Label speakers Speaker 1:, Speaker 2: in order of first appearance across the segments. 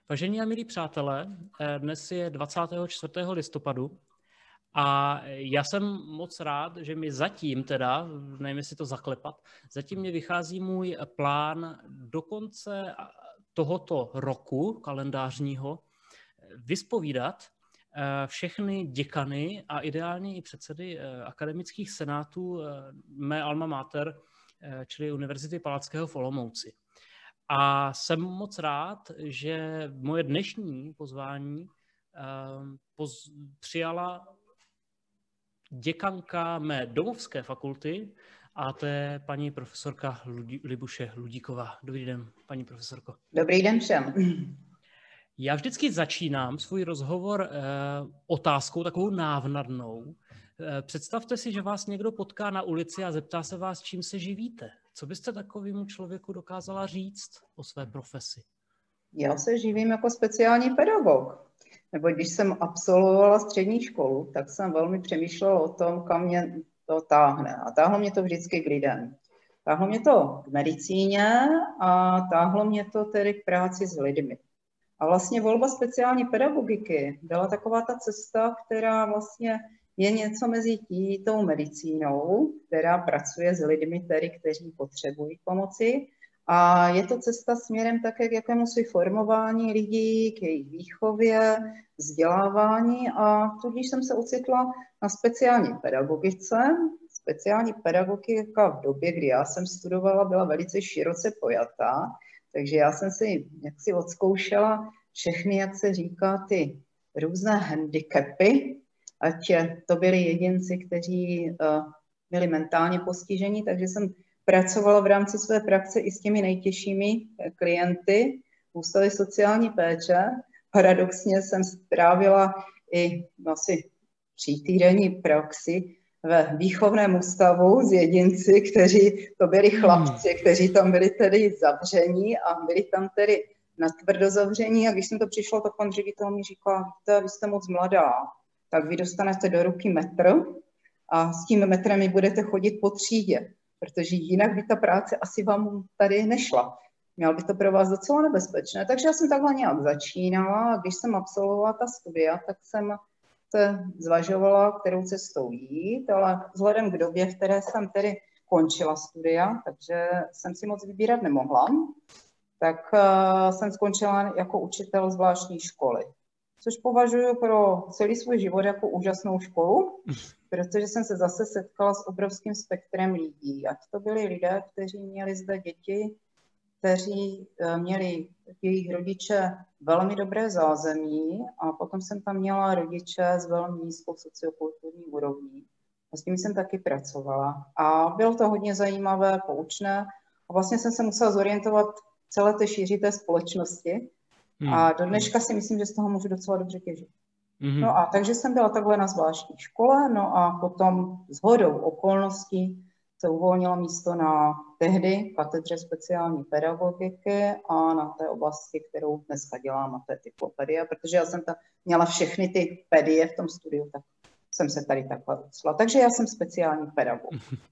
Speaker 1: Vážení a milí přátelé, dnes je 24. listopadu a já jsem moc rád, že mi zatím teda, nevím, jestli to zaklepat, zatím mi vychází můj plán do konce tohoto roku kalendářního vyspovídat všechny děkany a ideálně i předsedy akademických senátů mé alma mater, čili Univerzity Palackého v Olomouci. A jsem moc rád, že moje dnešní pozvání přijala děkanka mé domovské fakulty, a to je paní profesorka Libuše Ludíková. Dobrý den, paní profesorko.
Speaker 2: Dobrý den všem.
Speaker 1: Já vždycky začínám svůj rozhovor otázkou takovou návnadnou. Představte si, že vás někdo potká na ulici a zeptá se vás, čím se živíte. Co byste takovému člověku dokázala říct o své profesi?
Speaker 2: Já se živím jako speciální pedagog. Nebo když jsem absolvovala střední školu, tak jsem velmi přemýšlela o tom, kam mě to táhne. A táhlo mě to vždycky k lidem. Táhlo mě to k medicíně a táhlo mě to tedy k práci s lidmi. A vlastně volba speciální pedagogiky byla taková ta cesta, která vlastně je něco mezi tou medicínou, která pracuje s lidmi, tedy, kteří potřebují pomoci. A je to cesta směrem také k jakémusi formování lidí, k jejich výchově, vzdělávání. A tudíž jsem se ocitla na speciální pedagogice. Speciální pedagogika v době, kdy já jsem studovala, byla velice široce pojatá. Takže já jsem si jaksi odzkoušela všechny, jak se říká, ty různé handicapy, ať to byli jedinci, kteří byli mentálně postiženi, takže jsem pracovala v rámci své praxe i s těmi nejtěžšími klienty v ústavě sociální péče. Paradoxně jsem strávila i asi 3týdenní praxi ve výchovném ústavu s jedinci, kteří to byli chlapci, kteří tam byli tedy zavření a byli tam tedy natvrdo zavření. A když jsem to přišla, tak pan ředitel mi říká, víte, vy jste moc mladá, tak vy dostanete do ruky metr a s tím metrem mi budete chodit po třídě, protože jinak by ta práce asi vám tady nešla. Mělo by to pro vás docela nebezpečné. Takže já jsem takhle nějak začínala a když jsem absolvovala ta studia, tak jsem se zvažovala, kterou cestou jít, ale vzhledem k době, v které jsem tedy končila studia, takže jsem si moc vybírat nemohla, tak jsem skončila jako učitel zvláštní školy. Což považuji pro celý svůj život jako úžasnou školu, protože jsem se zase setkala s obrovským spektrem lidí. Ať to byli lidé, kteří měli zde děti, kteří měli jejich rodiče velmi dobré zázemí a potom jsem tam měla rodiče s velmi nízkou sociokulturní úrovní. A s tím jsem taky pracovala. A bylo to hodně zajímavé, poučné. A vlastně jsem se musela zorientovat celé té šíři té společnosti. A do dneška si myslím, že z toho můžu docela dobře těžit. No a takže jsem byla takhle na zvláštní škole, no a potom shodou okolností se uvolnilo místo na tehdy katedře speciální pedagogiky a na té oblasti, kterou dneska dělám, a to je typopedie, protože já jsem měla všechny ty pedie v tom studiu, tak jsem se tady takhle učila. Takže já jsem speciální pedagog.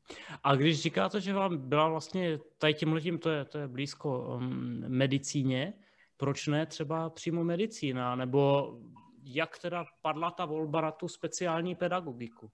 Speaker 1: A když říkáte, že vám byla vlastně tady tímhletím, to je blízko medicíně, proč ne třeba přímo medicína, nebo jak teda padla ta volba na tu speciální pedagogiku?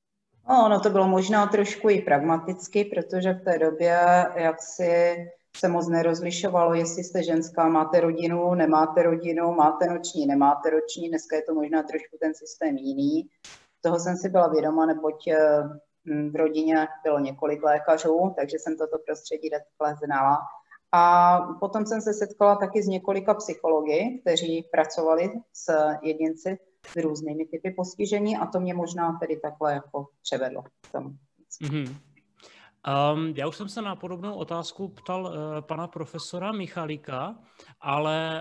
Speaker 2: No, to bylo možná trošku i pragmaticky, protože v té době jaksi se moc nerozlišovalo, jestli jste ženská, máte rodinu, nemáte rodinu, máte noční, nemáte roční. Dneska je to možná trošku ten systém jiný. Toho jsem si byla vědoma, neboť v rodině bylo několik lékařů, takže jsem toto prostředí takhle znala. A potom jsem se setkala taky s několika psychologi, kteří pracovali s jedinci s různými typy postižení a to mě možná tedy takhle jako převedlo k tomu.
Speaker 1: Já už jsem se na podobnou otázku ptal pana profesora Michalika, ale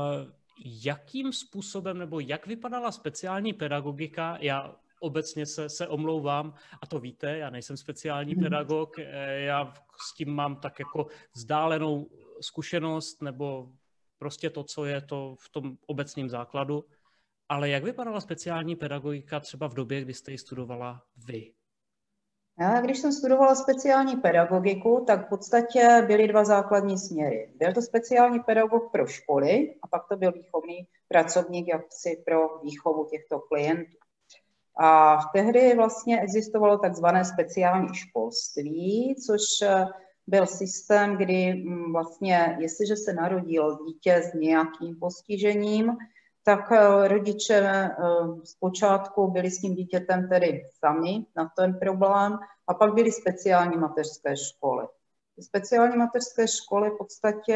Speaker 1: jakým způsobem nebo jak vypadala speciální pedagogika? Já obecně se omlouvám, a to víte, já nejsem speciální pedagog, já s tím mám tak jako vzdálenou zkušenost nebo prostě to, co je to v tom obecném základu. Ale jak vypadala speciální pedagogika třeba v době, kdy jste ji studovala vy?
Speaker 2: Já, když jsem studovala speciální pedagogiku, tak v podstatě byly dva základní směry. Byl to speciální pedagog pro školy a pak to byl výchovný pracovník jaksi pro výchovu těchto klientů. A tehdy vlastně existovalo takzvané speciální školství, což byl systém, kdy vlastně, jestliže se narodilo dítě s nějakým postižením, tak rodiče zpočátku byli s tím dítětem tedy sami na ten problém a pak byly speciální mateřské školy. Speciální mateřské školy v podstatě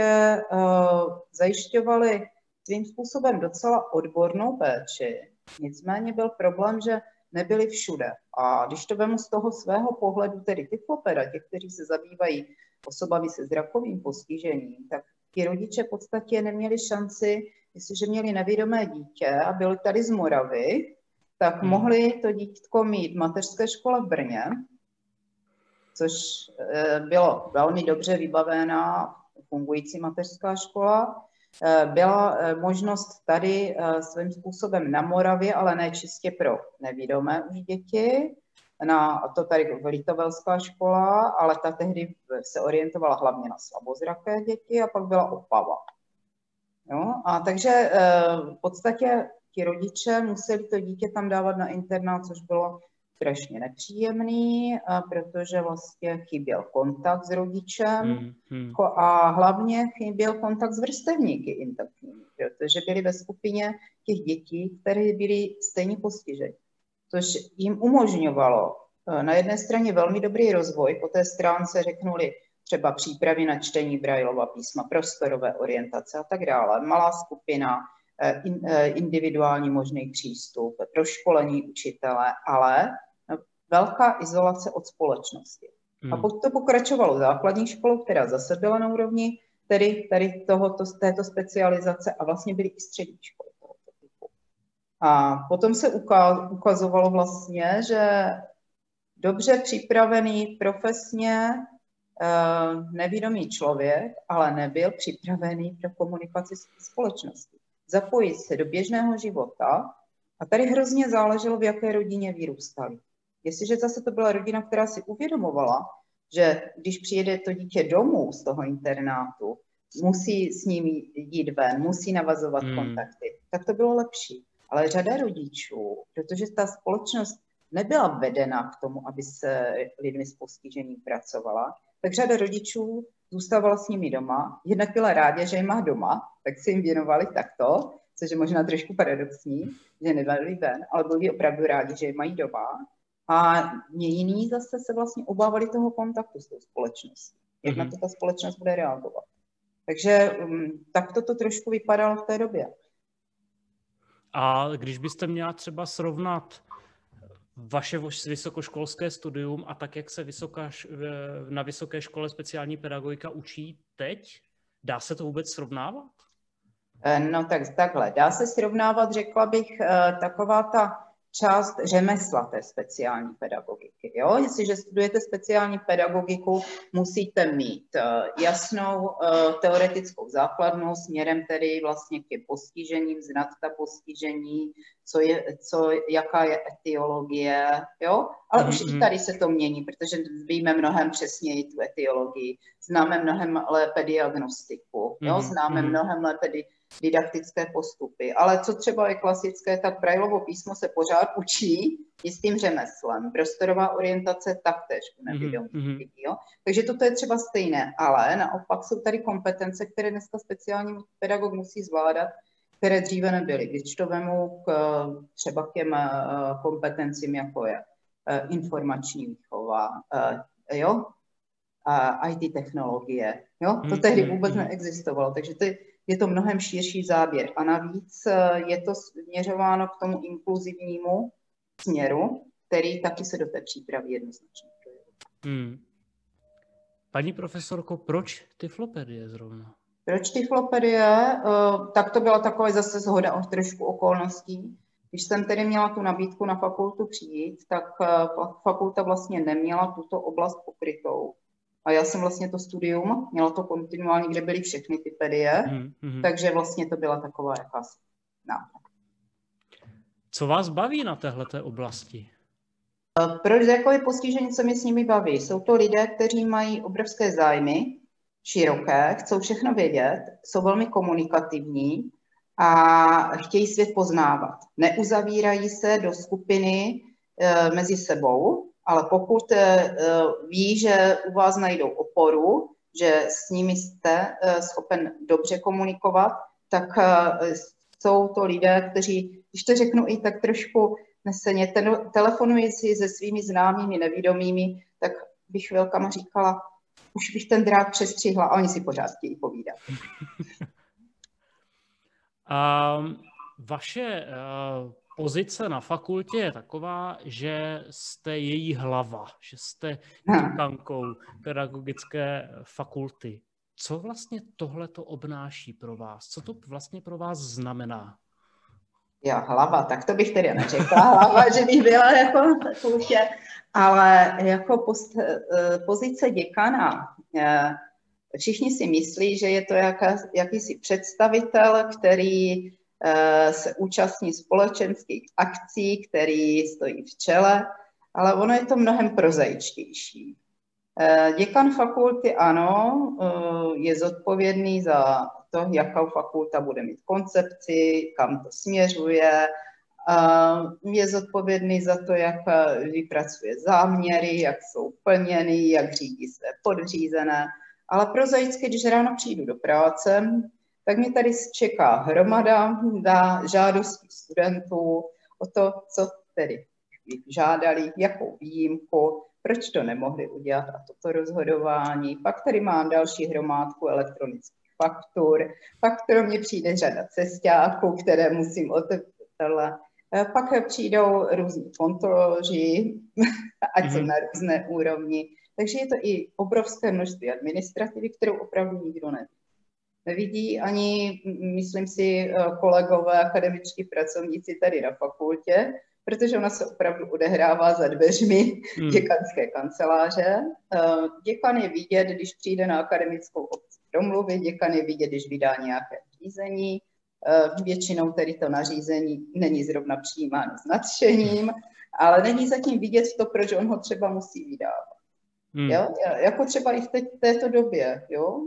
Speaker 2: zajišťovaly svým způsobem docela odbornou péči. Nicméně byl problém, že nebyli všude. A když to vemu z toho svého pohledu, tedy tyflopeda, těch, kteří se zabývají osobami se zrakovým postižením, tak ti rodiče v podstatě neměli šanci, jestliže měli nevidomé dítě a byli tady z Moravy, tak mohli to dítko mít v mateřské škole v Brně, což bylo velmi dobře vybavená fungující mateřská škola. Byla možnost tady svým způsobem na Moravě, ale ne čistě pro nevidomé už děti. To tady Litovelská škola, ale ta tehdy se orientovala hlavně na slabozraké děti a pak byla Opava. Jo? A takže v podstatě ti rodiče museli to dítě tam dávat na internát, což bylo strašně nepříjemný, protože vlastně chyběl kontakt s rodičem a hlavně chyběl kontakt s vrstevníky intaktními, protože byli ve skupině těch dětí, které byly stejně postiženy. Což jim umožňovalo na jedné straně velmi dobrý rozvoj, po té stránce řeknuli třeba přípravy na čtení Braillova písma, prostorové orientace a tak dále, malá skupina, individuální možný přístup, proškolení učitele, ale velká izolace od společnosti. A pokud to pokračovalo základní školou, která zase byla na úrovni tady této specializace a vlastně byly i střední školy tohoto typu. A potom se ukazovalo vlastně, že dobře připravený profesně nevidomý člověk, ale nebyl připravený pro komunikaci s společností. Zapojit se do běžného života a tady hrozně záleželo, v jaké rodině vyrůstali. Jestliže zase to byla rodina, která si uvědomovala, že když přijede to dítě domů z toho internátu, musí s ním jít ven, musí navazovat kontakty, tak to bylo lepší. Ale řada rodičů, protože ta společnost nebyla vedena k tomu, aby se lidmi s postižením pracovala, tak řada rodičů zůstávala s nimi doma. Jednak byla ráda, že je má doma, tak se jim věnovali takto, což je možná trošku paradoxní, že nedali ven, ale byli opravdu rádi, že je mají doma. A jiní zase se vlastně obávali toho kontaktu s tou společností, jak na to ta společnost bude reagovat. Takže takto to trošku vypadalo v té době.
Speaker 1: A když byste měla třeba srovnat vaše vysokoškolské studium a tak, jak se na vysoké škole speciální pedagogika učí teď, dá se to vůbec srovnávat?
Speaker 2: No tak takhle, dá se srovnávat, řekla bych, taková ta část řemesla té speciální pedagogiky. Jo? Jestliže studujete speciální pedagogiku, musíte mít jasnou teoretickou základnu směrem tedy vlastně k těm postižením, znát ta postižení, jaká je etiologie, jo? Ale už i tady se to mění, protože víme mnohem přesněji tu etiologii, známe mnohem lépe diagnostiku, jo? Známe mnohem lépe didaktické postupy. Ale co třeba je klasické, tak Braillovo písmo se pořád učí jistým řemeslem. Prostorová orientace taktéž u nevidomých lidí. Takže toto je třeba stejné, ale naopak jsou tady kompetence, které dneska speciální pedagog musí zvládat, které dříve nebyly. Když to vemu třeba k těm kompetencím, jako je informační výchova, IT technologie. Jo? To tehdy vůbec neexistovalo, takže je to mnohem širší záběr. A navíc je to směřováno k tomu inkluzivnímu směru, který taky se do té přípravy jednoznačně projevuje.
Speaker 1: Paní profesorko, proč tyflopedie zrovna?
Speaker 2: Proč tyflopedie? Tak to byla taková zase shoda o trošku okolností. Když jsem tedy měla tu nabídku na fakultu přijít, tak fakulta vlastně neměla tuto oblast pokrytou. A já jsem vlastně to studium, měla to kontinuálně, kde byly všechny ty pedie, takže vlastně to byla taková jakási náhoda.
Speaker 1: Co vás baví na téhleté oblasti?
Speaker 2: Proč takové postižení, co mě s nimi baví? Jsou to lidé, kteří mají obrovské zájmy, široké, chcou všechno vědět, jsou velmi komunikativní a chtějí svět poznávat. Neuzavírají se do skupiny mezi sebou, ale pokud ví, že u vás najdou oporu, že s nimi jste schopen dobře komunikovat, tak jsou to lidé, kteří, když to řeknu i tak trošku neseně, telefonují si se svými známými nevidomými, tak bych velkama říkala, už bych ten drát přestřihla a oni si pořád chtějí povídat.
Speaker 1: Vaše pozice na fakultě je taková, že jste její hlava, že jste děkankou pedagogické fakulty. Co vlastně tohleto obnáší pro vás? Co to vlastně pro vás znamená?
Speaker 2: Jo, hlava, tak to bych tedy neřekla hlava, že bych byla jako na fakultě, ale jako pozice děkana. Všichni si myslí, že je to jakýsi představitel, který se účastní společenských akcí, který stojí v čele, ale ono je to mnohem prozaičtější. Děkan fakulty, ano, je zodpovědný za to, jakou fakulta bude mít koncepci, kam to směřuje, je zodpovědný za to, jak vypracuje záměry, jak jsou plněny, jak řídí své podřízené, ale prozaicky, když ráno přijdu do práce, tak mě tady čeká hromada žádostí studentů o to, co tedy žádali, jakou výjimku, proč to nemohli udělat a toto rozhodování. Pak tady mám další hromádku elektronických faktur, pak kromě přijde řada cestáků, které musím otevřít. Pak přijdou různí kontroloři, ať jsou na různé úrovni. Takže je to i obrovské množství administrativy, kterou opravdu nikdo nevidí. Ani, myslím si, kolegové, akademičtí pracovníci tady na fakultě, protože ona se opravdu odehrává za dveřmi děkanské kanceláře. Děkan je vidět, když přijde na akademickou obci promluvit, děkan je vidět, když vydá nějaké řízení. Většinou tedy to nařízení není zrovna přijímáno s nadšením, ale není zatím vidět to, proč on ho třeba musí vydávat. Jo? Jako třeba i v této době. Jo?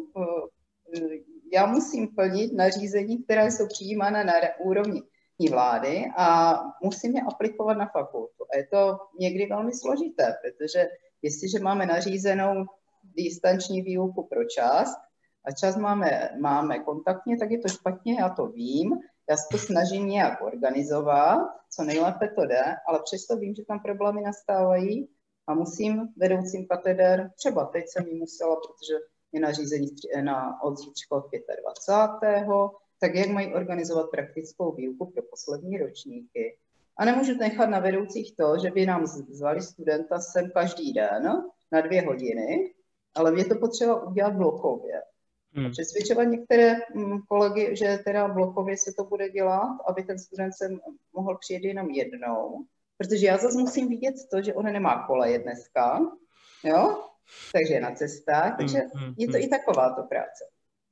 Speaker 2: Já musím plnit nařízení, které jsou přijímána na úrovni vlády a musím je aplikovat na fakultu. A je to někdy velmi složité, protože jestliže máme nařízenou distanční výuku pro čas a čas máme kontaktně, tak je to špatně, já to vím, já se to snažím nějak organizovat, co nejlépe to jde, ale přesto vím, že tam problémy nastávají a musím vedoucím kateder, třeba teď jsem ji musela, protože je nařízení od zítřka od 25. tak jak mají organizovat praktickou výuku pro poslední ročníky. A nemůžu nechat na vedoucích to, že by nám zvali studenta sem každý den na 2 hodiny, ale je to potřeba udělat blokově. Přesvědčovat některé kolegy, že teda blokově se to bude dělat, aby ten student se mohl přijet jenom jednou, protože já zase musím vidět to, že on nemá koleje dneska, jo? Takže je na cestách, takže je to i takováto práce.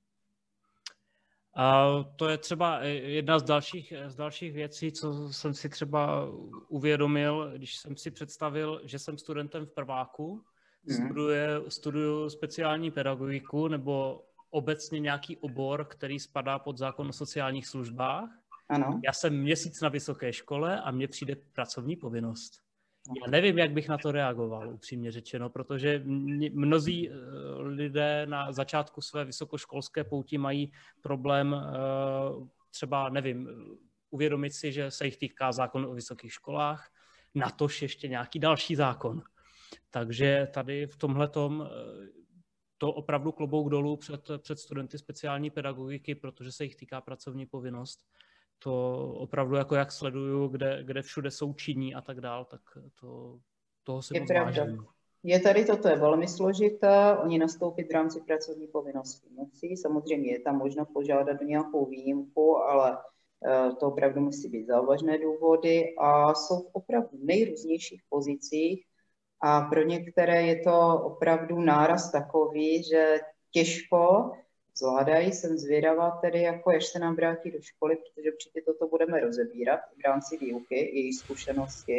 Speaker 1: A to je třeba jedna z dalších věcí, co jsem si třeba uvědomil, když jsem si představil, že jsem studentem v prváku, studuju speciální pedagogiku nebo obecně nějaký obor, který spadá pod zákon o sociálních službách.
Speaker 2: Ano.
Speaker 1: Já jsem měsíc na vysoké škole a mně přijde pracovní povinnost. Já nevím, jak bych na to reagoval, upřímně řečeno, protože mnozí lidé na začátku své vysokoškolské pouti mají problém třeba, nevím, uvědomit si, že se jich týká zákon o vysokých školách, natož ještě nějaký další zákon. Takže tady v tomhletom to opravdu klobouk dolů před studenty speciální pedagogiky, protože se jich týká pracovní povinnost. To opravdu jako jak sleduju, kde všude jsou činní a tak dál, tak toho si moc vážím.
Speaker 2: Je tady toto je velmi složité, oni nastoupit v rámci pracovní povinnosti musí, samozřejmě je tam možno požádat o nějakou výjimku, ale to opravdu musí být závažné důvody a jsou v opravdu nejrůznějších pozicích a pro některé je to opravdu náraz takový, že těžko zvládají, jsem zvědavá tedy, jako až se nám vrátí do školy, protože určitě toto budeme rozebírat v rámci výuky, jejich zkušenosti,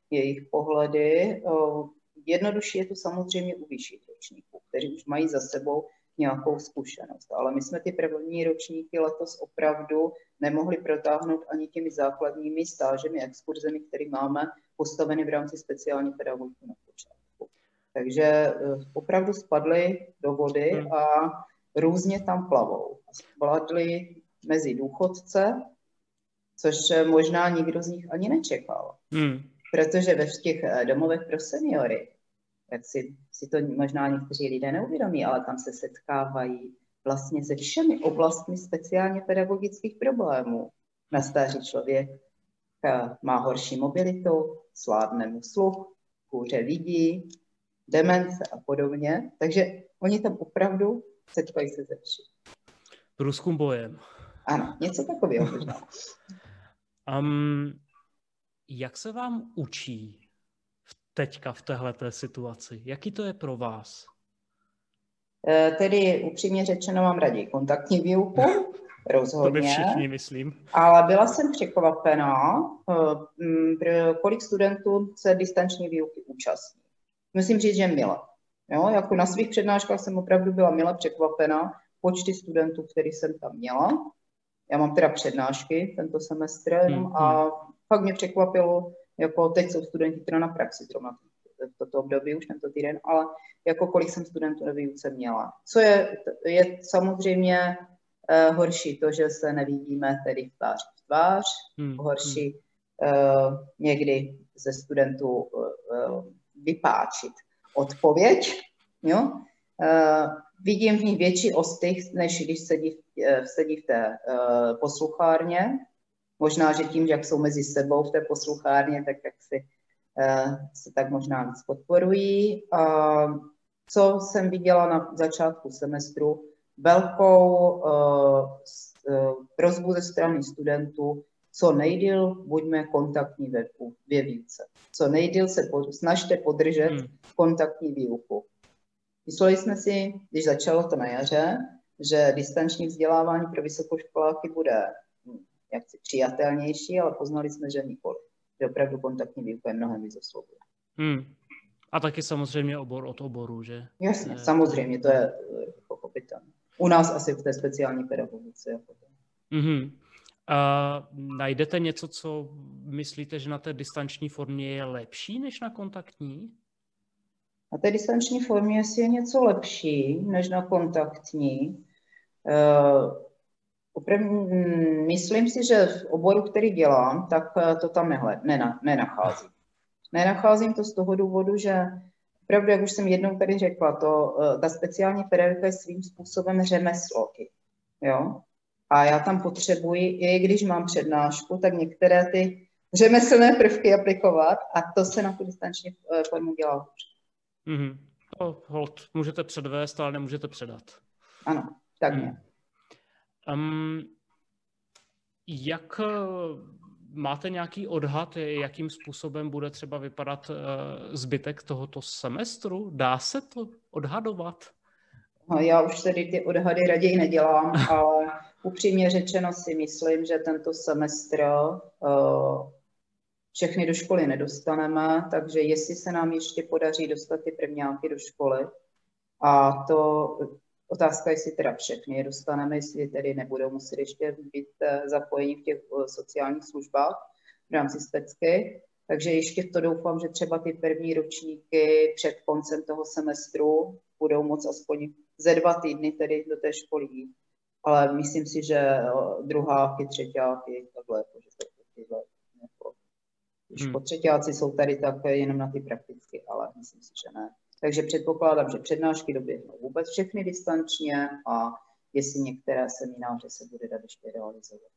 Speaker 2: jejich pohledy. Jednodušší je to samozřejmě u vyšších ročníků, kteří už mají za sebou nějakou zkušenost. Ale my jsme ty první ročníky letos opravdu nemohli protáhnout ani těmi základními stážemi, exkurzemi, které máme postaveny v rámci speciální pedagogiky na počátku. Takže opravdu spadli do vody a různě tam plavou. Spadli mezi důchodce, což možná nikdo z nich ani nečekal. Protože ve těch domovech pro seniory, tak si to možná někteří lidé neuvědomí, ale tam se setkávají vlastně se všemi oblastmi speciálně pedagogických problémů. Na stáří člověk má horší mobilitu, slábne mu sluch, hůře vidí, demence a podobně. Takže oni tam opravdu setkají se ze vším.
Speaker 1: Průzkum bojem.
Speaker 2: Ano, něco takového možná.
Speaker 1: Jak se vám učí teďka v téhleté situaci? Jaký to je pro vás?
Speaker 2: Tedy upřímně řečeno mám raději kontaktní výuku, rozhodně.
Speaker 1: To my všichni, myslím.
Speaker 2: Ale byla jsem překvapená, kolik studentů se distanční výuky účastní. Musím říct, že mile. Jo, jako na svých přednáškách jsem opravdu byla mile překvapená počty studentů, který jsem tam měla. Já mám teda přednášky tento semestr a fakt mě překvapilo, jako teď jsou studenti teda na praxi zrovna v toto období, už tento týden, ale jako kolik jsem studentů na výuce měla. Co je samozřejmě horší to, že se nevidíme tedy tvář v tvář, horší někdy ze studentů vypáčit odpověď. Jo? Vidím v ní větší ostych, než když sedí v té posluchárně. Možná, že tím, jak jsou mezi sebou v té posluchárně, tak jak se tak možná víc podporují. Co jsem viděla na začátku semestru, velkou prosbu ze strany studentů, co nejdýl buďme kontaktní ve výuce. Co nejdýl se snažte podržet kontaktní výuku. Mysleli jsme si, když začalo to na jaře, že distanční vzdělávání pro vysokoškoláky bude jaksi přijatelnější, ale poznali jsme, že nikoli. Že opravdu kontaktní výuka je mnohem víc oslovuje.
Speaker 1: A taky samozřejmě obor od oboru, že?
Speaker 2: Jasně, samozřejmě, to je pochopitelné. U nás asi v té speciální pedagogice.
Speaker 1: Najdete něco, co myslíte, že na té distanční formě je lepší než na kontaktní?
Speaker 2: Na té distanční formě je něco lepší než na kontaktní. Myslím si, že v oboru, který dělám, tak to tam nenacházím. Nenacházím to z toho důvodu, že opravdu, jak už jsem jednou tady řekla, ta speciální pedagogika je svým způsobem řemeslo. Jo? A já tam potřebuji, i když mám přednášku, tak některé ty řemeslné prvky aplikovat a to se na tu distanční formu dělá hůř.
Speaker 1: Hold, můžete předvést, ale nemůžete předat.
Speaker 2: Ano, tak ne.
Speaker 1: Jak máte nějaký odhad, jakým způsobem bude třeba vypadat zbytek tohoto semestru? Dá se to odhadovat?
Speaker 2: Já už tedy ty odhady raději nedělám, ale upřímně řečeno si myslím, že tento semestr všechny do školy nedostaneme, takže jestli se nám ještě podaří dostat ty prvňáky do školy, a to otázka, jestli teda všechny je dostaneme, jestli tedy nebudou muset ještě být zapojeni v těch sociálních službách v rámci specky. Takže ještě to doufám, že třeba ty první ročníky před koncem toho semestru budou moct aspoň ze 2 týdny tedy do té školy jít. Ale myslím si, že druháky, třetíáky, takhle, že to tyhle, jako, třetíáci jsou tady tak jenom na ty prakticky, ale myslím si, že ne. Takže předpokládám, že přednášky doběhnou vůbec všechny distančně a jestli některé semináře se bude dát ještě realizovat.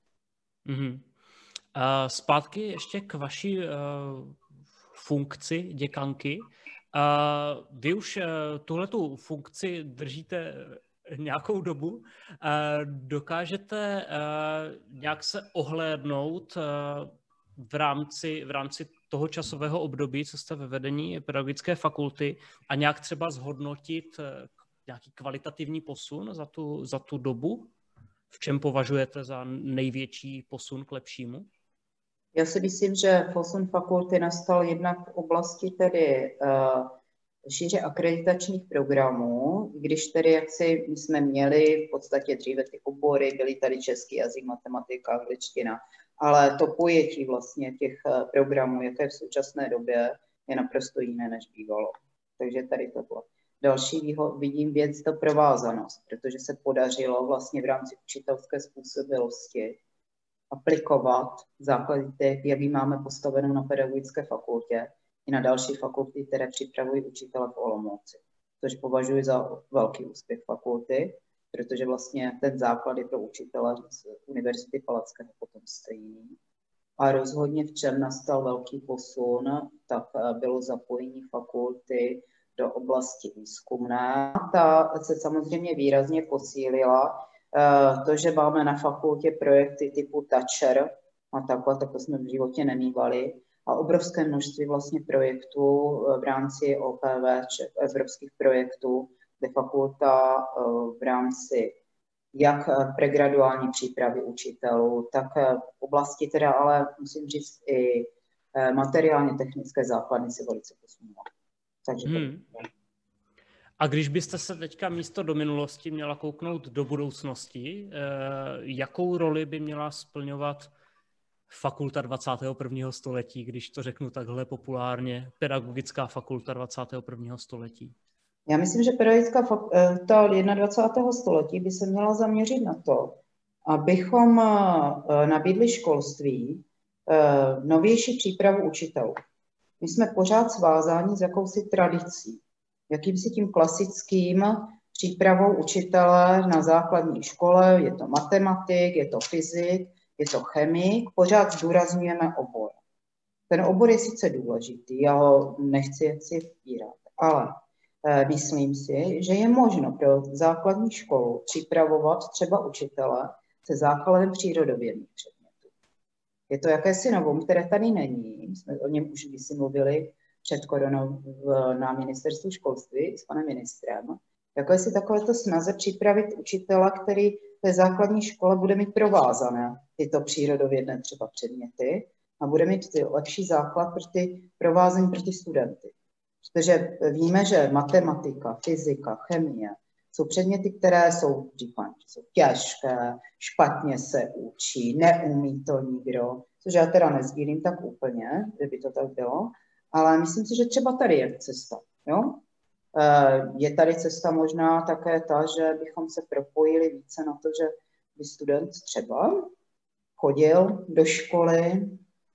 Speaker 1: Zpátky ještě k vaší funkci děkanky. Vy už tuhletu funkci držíte nějakou dobu. Dokážete nějak se ohlédnout v rámci toho časového období, co jste ve vedení pedagogické fakulty, a nějak třeba zhodnotit nějaký kvalitativní posun za tu dobu? V čem považujete za největší posun k lepšímu?
Speaker 2: Já si myslím, že posun fakulty nastal jednak v oblasti tedy šíře akreditačních programů, když tedy jaksi jsme měli v podstatě dříve ty obory, byly tady český jazyk, matematika, angličtina, ale to pojetí vlastně těch programů, jaké v současné době, je naprosto jiné, než bývalo. Takže tady to bylo. Další vidím věc, to provázanost, protože se podařilo vlastně v rámci učitelské způsobilosti aplikovat základy, jak ji máme postavenou na pedagogické fakultě, i na další fakulty, které připravují učitele v Olomouci. Což považuji za velký úspěch fakulty, protože vlastně ten základ je pro učitele z Univerzity Palackého potom stejný. A rozhodně v čem nastal velký posun, tak bylo zapojení fakulty do oblasti výzkumné. Ta se samozřejmě výrazně posílila. To, že máme na fakultě projekty typu Thatcher a takhle, tak to jsme v životě nemývali. A obrovské množství vlastně projektů v rámci OPV, evropských projektů, kde fakulta v rámci jak pregraduální přípravy učitelů, tak v oblasti teda, ale musím říct i materiálně technické základny se velice posunula. Takže
Speaker 1: A když byste se teďka místo do minulosti měla kouknout do budoucnosti, jakou roli by měla splňovat fakulta 21. století, když to řeknu takhle populárně, pedagogická fakulta 21. století?
Speaker 2: Já myslím, že pedagogická fakulta 21. století by se měla zaměřit na to, abychom nabídli školství novější přípravu učitelů. My jsme pořád svázáni s jakousi tradicí, jakýmsi tím klasickým přípravou učitele na základní škole, je to matematik, je to fyzik, je to chemik, pořád zdůrazňujeme obor. Ten obor je sice důležitý, já ho nechci jaksi vpírat, ale myslím si, že je možno pro základní školu připravovat třeba učitele se základem přírodovědných předmětů. Je to jakési novum, které tady není, jsme o něm už kdysi mluvili před koronou na ministerstvu školství s panem ministrem, jakési takovéto snaze připravit učitele, který v té základní škole bude mít provázané tyto přírodovědné třeba předměty a bude mít lepší základ pro ty provázení pro ty studenty. Protože víme, že matematika, fyzika, chemie jsou předměty, které jsou, říkám, jsou těžké, špatně se učí, neumí to nikdo, což já teda nesdílím tak úplně, kdyby to tak bylo, ale myslím si, že třeba tady je cesta. Jo? Je tady cesta možná také ta, že bychom se propojili více na to, že by student třeba chodil do školy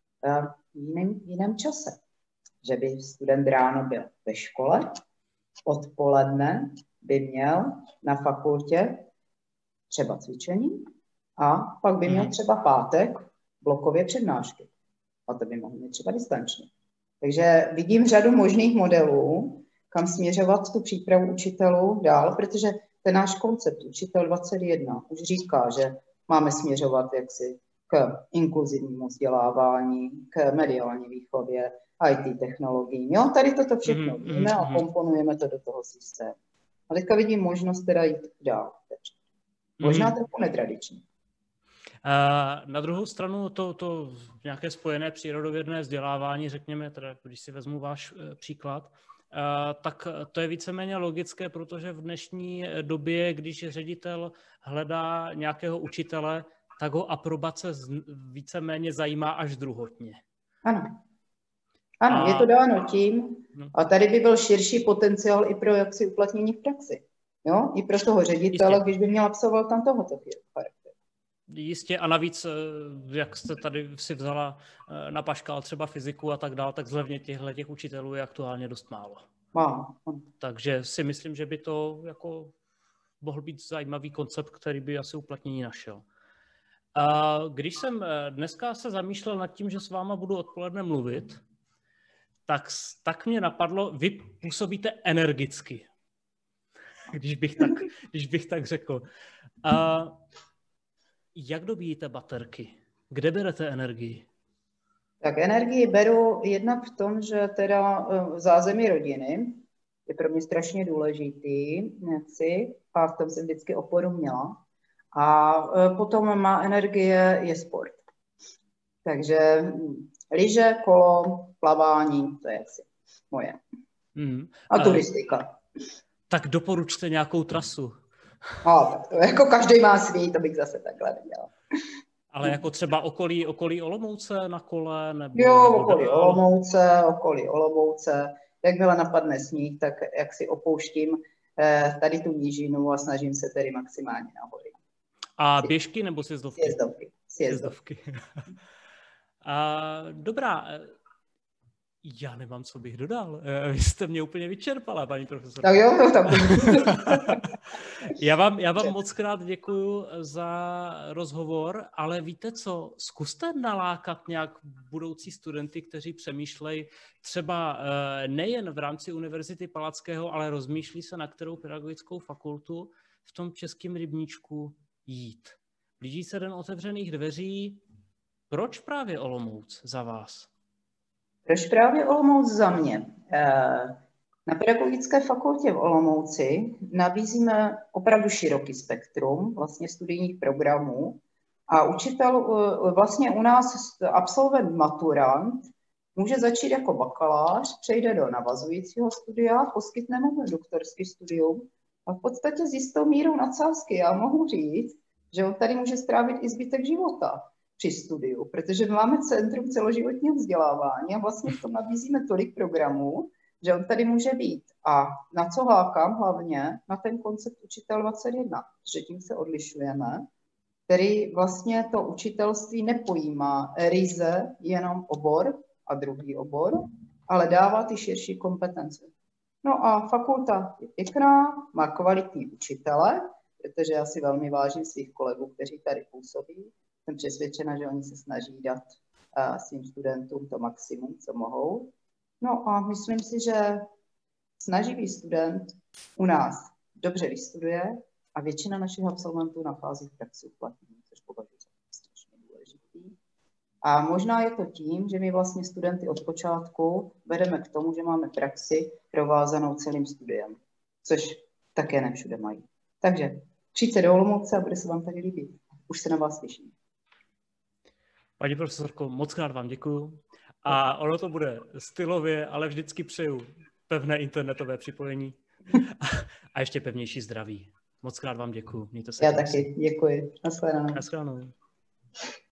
Speaker 2: v jiném čase. Že by student ráno byl ve škole, odpoledne by měl na fakultě třeba cvičení a pak by měl třeba pátek blokově přednášky. A to by mohl mít třeba distančně. Takže vidím řadu možných modelů, kam směřovat tu přípravu učitelů dál, protože ten náš koncept Učitel 21 už říká, že máme směřovat jaksi k inkluzivnímu vzdělávání, k mediální výchově, IT technologiím. Jo, tady toto všechno víme a komponujeme to do toho systému. A teďka vidím možnost teda jít dál. Možná trochu netradičně.
Speaker 1: Na druhou stranu to nějaké spojené přírodovědné vzdělávání, řekněme, teda, když si vezmu váš příklad, tak to je víceméně logické, protože v dnešní době, když ředitel hledá nějakého učitele, tak ho aprobace víceméně zajímá až druhotně.
Speaker 2: Ano, je to dáno tím, a tady by byl širší potenciál i pro jaksi uplatnění v praxi. Jo? I pro toho ředitele, když by měl absolvovat tam tohoto charakteru.
Speaker 1: Jistě a navíc, jak jste tady si vzala na paškál třeba fyziku a tak dále, tak zlevně těch učitelů je aktuálně dost málo. Takže si myslím, že by to jako mohl být zajímavý koncept, který by asi uplatnění našel. Když jsem dneska se zamýšlel nad tím, že s váma budu odpoledne mluvit, tak mě napadlo, vy působíte energicky, když bych tak řekl. Jak dobíjíte baterky? Kde berete energii?
Speaker 2: Tak energii beru jednak v tom, že teda zázemí rodiny je pro mě strašně důležitý, a v tom jsem vždycky oporu měla. A potom má energie je sport. Takže lyže, kolo, plavání, to je asi moje. A turistika.
Speaker 1: Tak doporučte nějakou trasu.
Speaker 2: Tak to jako každý má svý, to bych zase takhle nedělal.
Speaker 1: Ale jako třeba okolí Olomouce na kole?
Speaker 2: Okolí Olomouce. Jakmile napadne sníh, tak jak si opouštím tady tu nížinu a snažím se tedy maximálně na hory.
Speaker 1: A běžky nebo sjezdovky?
Speaker 2: Sjezdovky.
Speaker 1: Dobrá. Já nemám, co bych dodal. Vy jste mě úplně vyčerpala, paní profesorko.
Speaker 2: Tak jo, tak.
Speaker 1: Já vám moc krát děkuju za rozhovor, ale víte co, zkuste nalákat nějak budoucí studenty, kteří přemýšlejí třeba nejen v rámci Univerzity Palackého, ale rozmýšlí se, na kterou pedagogickou fakultu v tom českém rybníčku jít. Blíží se den otevřených dveří. Proč právě Olomouc za vás?
Speaker 2: Proč právě Olomouc za mě? Na Pedagogické fakultě v Olomouci nabízíme opravdu široký spektrum vlastně studijních programů a učitel, vlastně u nás absolvent maturant může začít jako bakalář, přejde do navazujícího studia, poskytneme mu doktorský studium a v podstatě s jistou mírou nadsázky já mohu říct, že on tady může strávit i zbytek života při studiu, protože máme Centrum celoživotního vzdělávání a vlastně v tom nabízíme tolik programů, že on tady může být. A na co hákám hlavně? Na ten koncept Učitel 21, že tím se odlišujeme, který vlastně to učitelství nepojímá ryze jenom obor a druhý obor, ale dává ty širší kompetence. No a fakulta je pěkná, má kvalitní učitele, protože já si velmi vážím svých kolegů, kteří tady působí. Jsem přesvědčena, že oni se snaží dát svým studentům to maximum, co mohou. No a myslím si, že snaživý student u nás dobře vystuduje a většina našich absolventů nachází v praxi uplatnění, což považuji za strašně důležitý. A možná je to tím, že my vlastně studenty od počátku vedeme k tomu, že máme praxi provázanou celým studiem, což také ne všude mají. Takže přijďte do Olomouce a bude se vám tady líbit. Už se na vás těším.
Speaker 1: Paní profesorko, moc krát vám děkuju. A ono to bude stylově, ale vždycky přeju pevné internetové připojení a ještě pevnější zdraví. Moc krát vám děkuju. Mějte se.
Speaker 2: Já taky děkuji. Nashledanou.
Speaker 1: Nashledanou.